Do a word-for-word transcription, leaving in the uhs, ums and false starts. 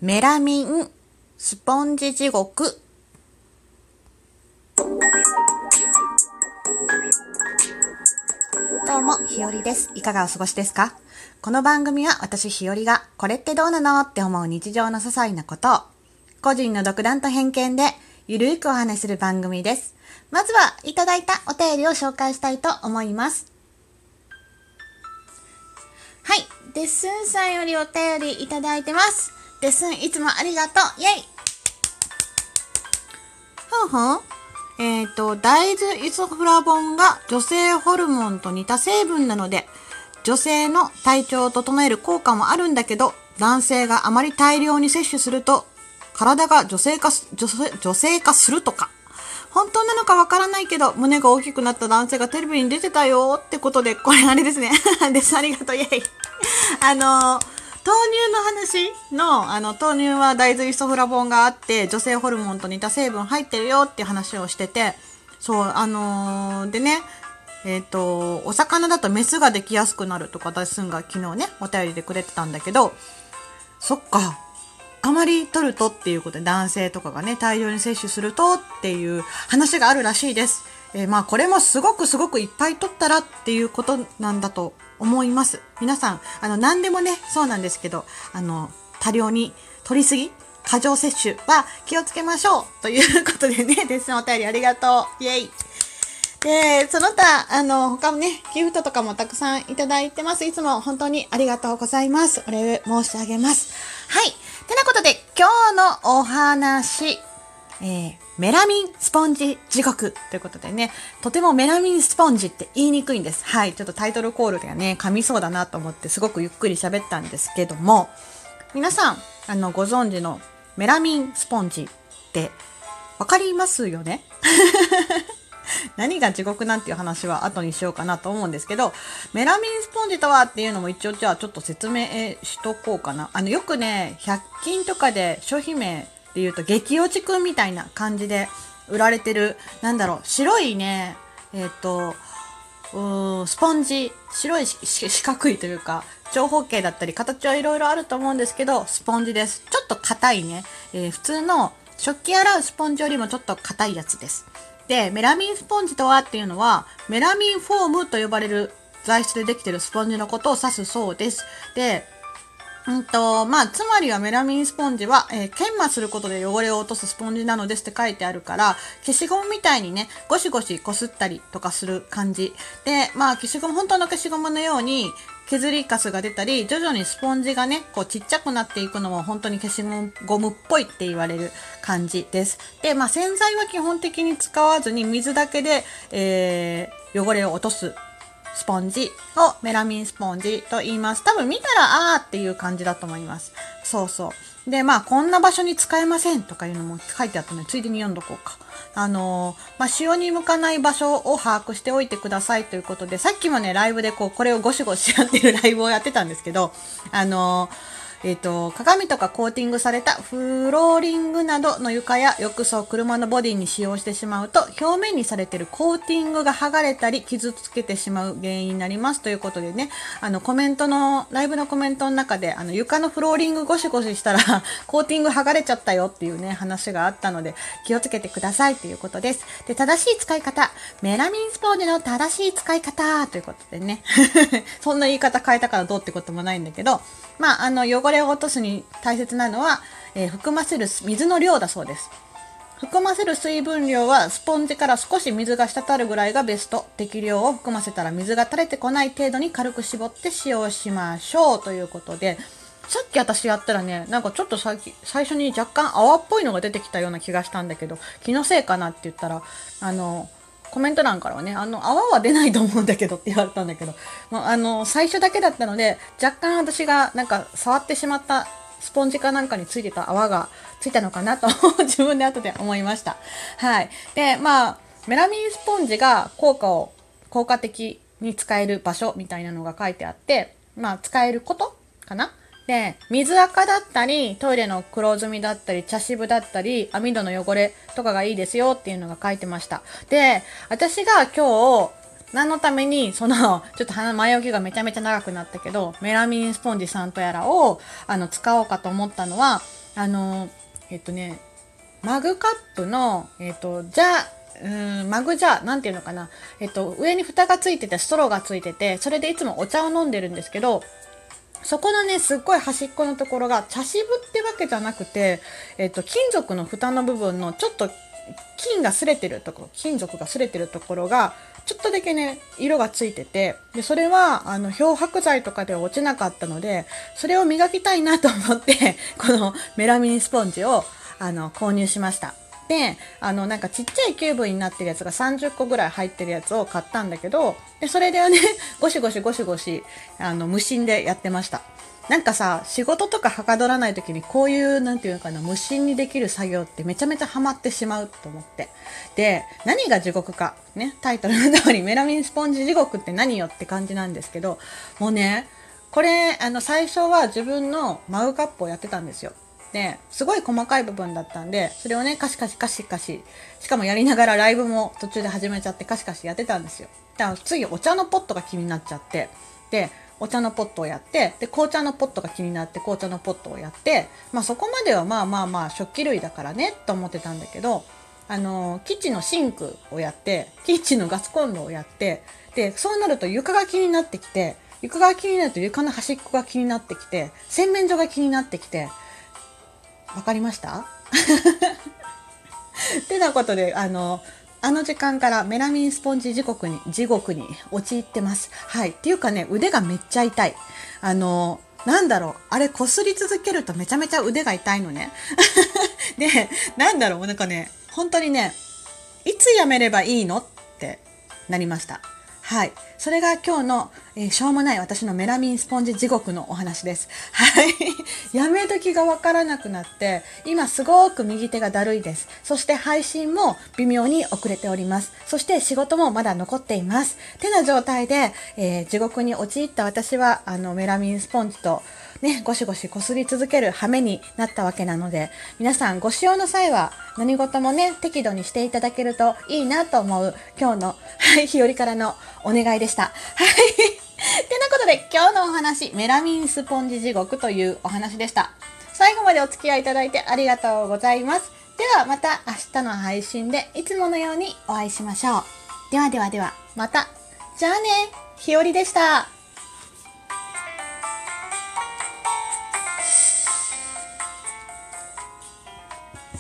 メラミンスポンジ地獄。どうも、ひよりです。いかがお過ごしですか？この番組は私ひよりがこれってどうなのって思う日常の些細なことを個人の独断と偏見でゆるくお話しする番組です。まずはいただいたお便りを紹介したいと思います。はい、デッスンさんよりお便りいただいてます。デッスンいつもありがとう。イェイ。ふんふん。えっと、大豆イソフラボンが女性ホルモンと似た成分なので、女性の体調を整える効果もあるんだけど、男性があまり大量に摂取すると、体が女性化す、女性、女性化するとか。本当なのかわからないけど、胸が大きくなった男性がテレビに出てたよってことで、これあれですね。です。ありがとう。イェイ。あのー、豆乳の話の、あの、豆乳は大豆イソフラボンがあって、女性ホルモンと似た成分入ってるよっていう話をしてて、そう、あのー、でね、えっと、お魚だとメスができやすくなるとか、ダッスンが昨日ね、お便りでくれてたんだけど、そっか。あまり取るとっていうことで男性とかがね、大量に摂取するとっていう話があるらしいです。えー、まあこれもすごくすごくいっぱい取ったらっていうことなんだと思います。皆さん、あの何でもね、そうなんですけど、あの多量に取りすぎ、過剰摂取は気をつけましょうということでね、デッスンお便りありがとう。イェイ。で、その他、あの、他もね、ギフトとかもたくさんいただいてます。いつも本当にありがとうございます。お礼申し上げます。はい。てなことで、今日のお話、えー、メラミンスポンジ地獄ということでね、とてもメラミンスポンジって言いにくいんです。はい。ちょっとタイトルコールがね、噛みそうだなと思って、すごくゆっくり喋ったんですけども、皆さん、あの、ご存知のメラミンスポンジってわかりますよね？何が地獄なんていう話は後にしようかなと思うんですけど、メラミンスポンジとはっていうのも一応じゃあちょっと説明しとこうかな。あのよくね、ひゃく均とかで商品名で言うと激落ちくんみたいな感じで売られてる、なんだろう、白いね、えっとうーんスポンジ、白い四角いというか長方形だったり形はいろいろあると思うんですけど、スポンジです。ちょっと硬いね、えー、普通の食器洗うスポンジよりもちょっと硬いやつです。で、メラミンスポンジとはっていうのは、メラミンフォームと呼ばれる材質でできているスポンジのことを指すそうです。で、うんと、まあ、つまりはメラミンスポンジは、えー、研磨することで汚れを落とすスポンジなのですって書いてあるから、消しゴムみたいにね、ゴシゴシこすったりとかする感じ。で、まあ、消しゴム、本当の消しゴムのように、削りカスが出たり、徐々にスポンジがね、こうちっちゃくなっていくのも本当に消しゴムっぽいって言われる感じです。で、まあ洗剤は基本的に使わずに水だけで、えー、汚れを落とすスポンジをメラミンスポンジと言います。多分見たらあーっていう感じだと思います。そうそう。で、まあこんな場所に使えませんとかいうのも書いてあったので、ついでに読んどこうか。あのー、まあ、潮に向かない場所を把握しておいてくださいということで、さっきもね、ライブでこう、これをゴシゴシやってるライブをやってたんですけど、あのー、えっと、鏡とかコーティングされたフローリングなどの床や浴槽、車のボディに使用してしまうと、表面にされているコーティングが剥がれたり、傷つけてしまう原因になりますということでね、あの、コメントの、ライブのコメントの中で、あの、床のフローリングゴシゴシしたら、コーティング剥がれちゃったよっていうね、話があったので、気をつけてくださいということです。で、正しい使い方、メラミンスポンジの正しい使い方ということでね、そんな言い方変えたからどうってこともないんだけど、まあ、あの、汚れを落とすに大切なのは、えー、含ませる水の量だそうです。含ませる水分量はスポンジから少し水が滴るぐらいがベスト。適量を含ませたら水が垂れてこない程度に軽く絞って使用しましょうということで、さっき私やったらね、なんかちょっとさ最初に若干泡っぽいのが出てきたような気がしたんだけど、気のせいかなって言ったら、あの、コメント欄からはね、あの、泡は出ないと思うんだけどって言われたんだけど、まあ、あの、最初だけだったので、若干私がなんか触ってしまったスポンジかなんかについてた泡がついたのかなと自分で後で思いました。はい。で、まあ、メラミンスポンジが効果を、効果的に使える場所みたいなのが書いてあって、まあ、使えることかな。で、水垢だったり、トイレの黒ずみだったり、茶渋だったり、網戸の汚れとかがいいですよっていうのが書いてました。で、私が今日、何のために、その、ちょっと鼻前置きがめちゃめちゃ長くなったけど、メラミンスポンジさんとやらを、あの、使おうかと思ったのは、 あのえっとねマグカップのえっとじゃうーんマグジャーなんていうのかな、えっと上に蓋がついててストローがついてて、それでいつもお茶を飲んでるんですけど、そこのねすっごい端っこのところが茶渋ってわけじゃなくて、えっと金属の蓋の部分のちょっと金が擦れてるところ金属が擦れてるところがちょっとだけね色がついてて、でそれはあの漂白剤とかでは落ちなかったので、それを磨きたいなと思ってこのメラミンスポンジをあの購入しました。であのなんかちっちゃいキューブになってるやつがさんじゅっこぐらい入ってるやつを買ったんだけど、でそれでねゴシゴシゴシゴシあの無心でやってました。なんかさ、仕事とかはかどらない時にこういうなんていうのかな、無心にできる作業ってめちゃめちゃハマってしまうと思って、で何が地獄かね、タイトルの通りメラミンスポンジ地獄って何よって感じなんですけど、もうねこれあの最初は自分のマグカップをやってたんですよ。ですごい細かい部分だったんで、それをねカシカシカシカシ、しかもやりながらライブも途中で始めちゃってカシカシやってたんですよ。だから次お茶のポットが気になっちゃって、でお茶のポットをやって、で紅茶のポットが気になって紅茶のポットをやって、まあそこまではまあまあまあ食器類だからねと思ってたんだけど、あのキッチンのシンクをやって、キッチンのガスコンロをやって、でそうなると床が気になってきて、床が気になると床の端っこが気になってきて、洗面所が気になってきて、わかりましたってなことで、あのあの時間からメラミンスポンジ地獄に地獄に陥ってます。はい。っていうかね、腕がめっちゃ痛い。あのなんだろう、あれこすり続けるとめちゃめちゃ腕が痛いのね。で、なんだろう、なんかね、本当にね、いつやめればいいのってなりました。はい。それが今日の、えー、しょうもない私のメラミンスポンジ地獄のお話です。はい。やめ時がわからなくなって、今すごく右手がだるいです。そして配信も微妙に遅れております。そして仕事もまだ残っています。てな状態で、えー、地獄に陥った私は、あの、メラミンスポンジと、ね、ゴシゴシこすり続ける羽目になったわけなので、皆さんご使用の際は何事もね適度にしていただけるといいなと思う今日の、はい、日和からのお願いでした。はい。てなことで今日のお話、メラミンスポンジ地獄というお話でした。最後までお付き合いいただいてありがとうございます。ではまた明日の配信でいつものようにお会いしましょう。ではではではまた。じゃあね、日和でした。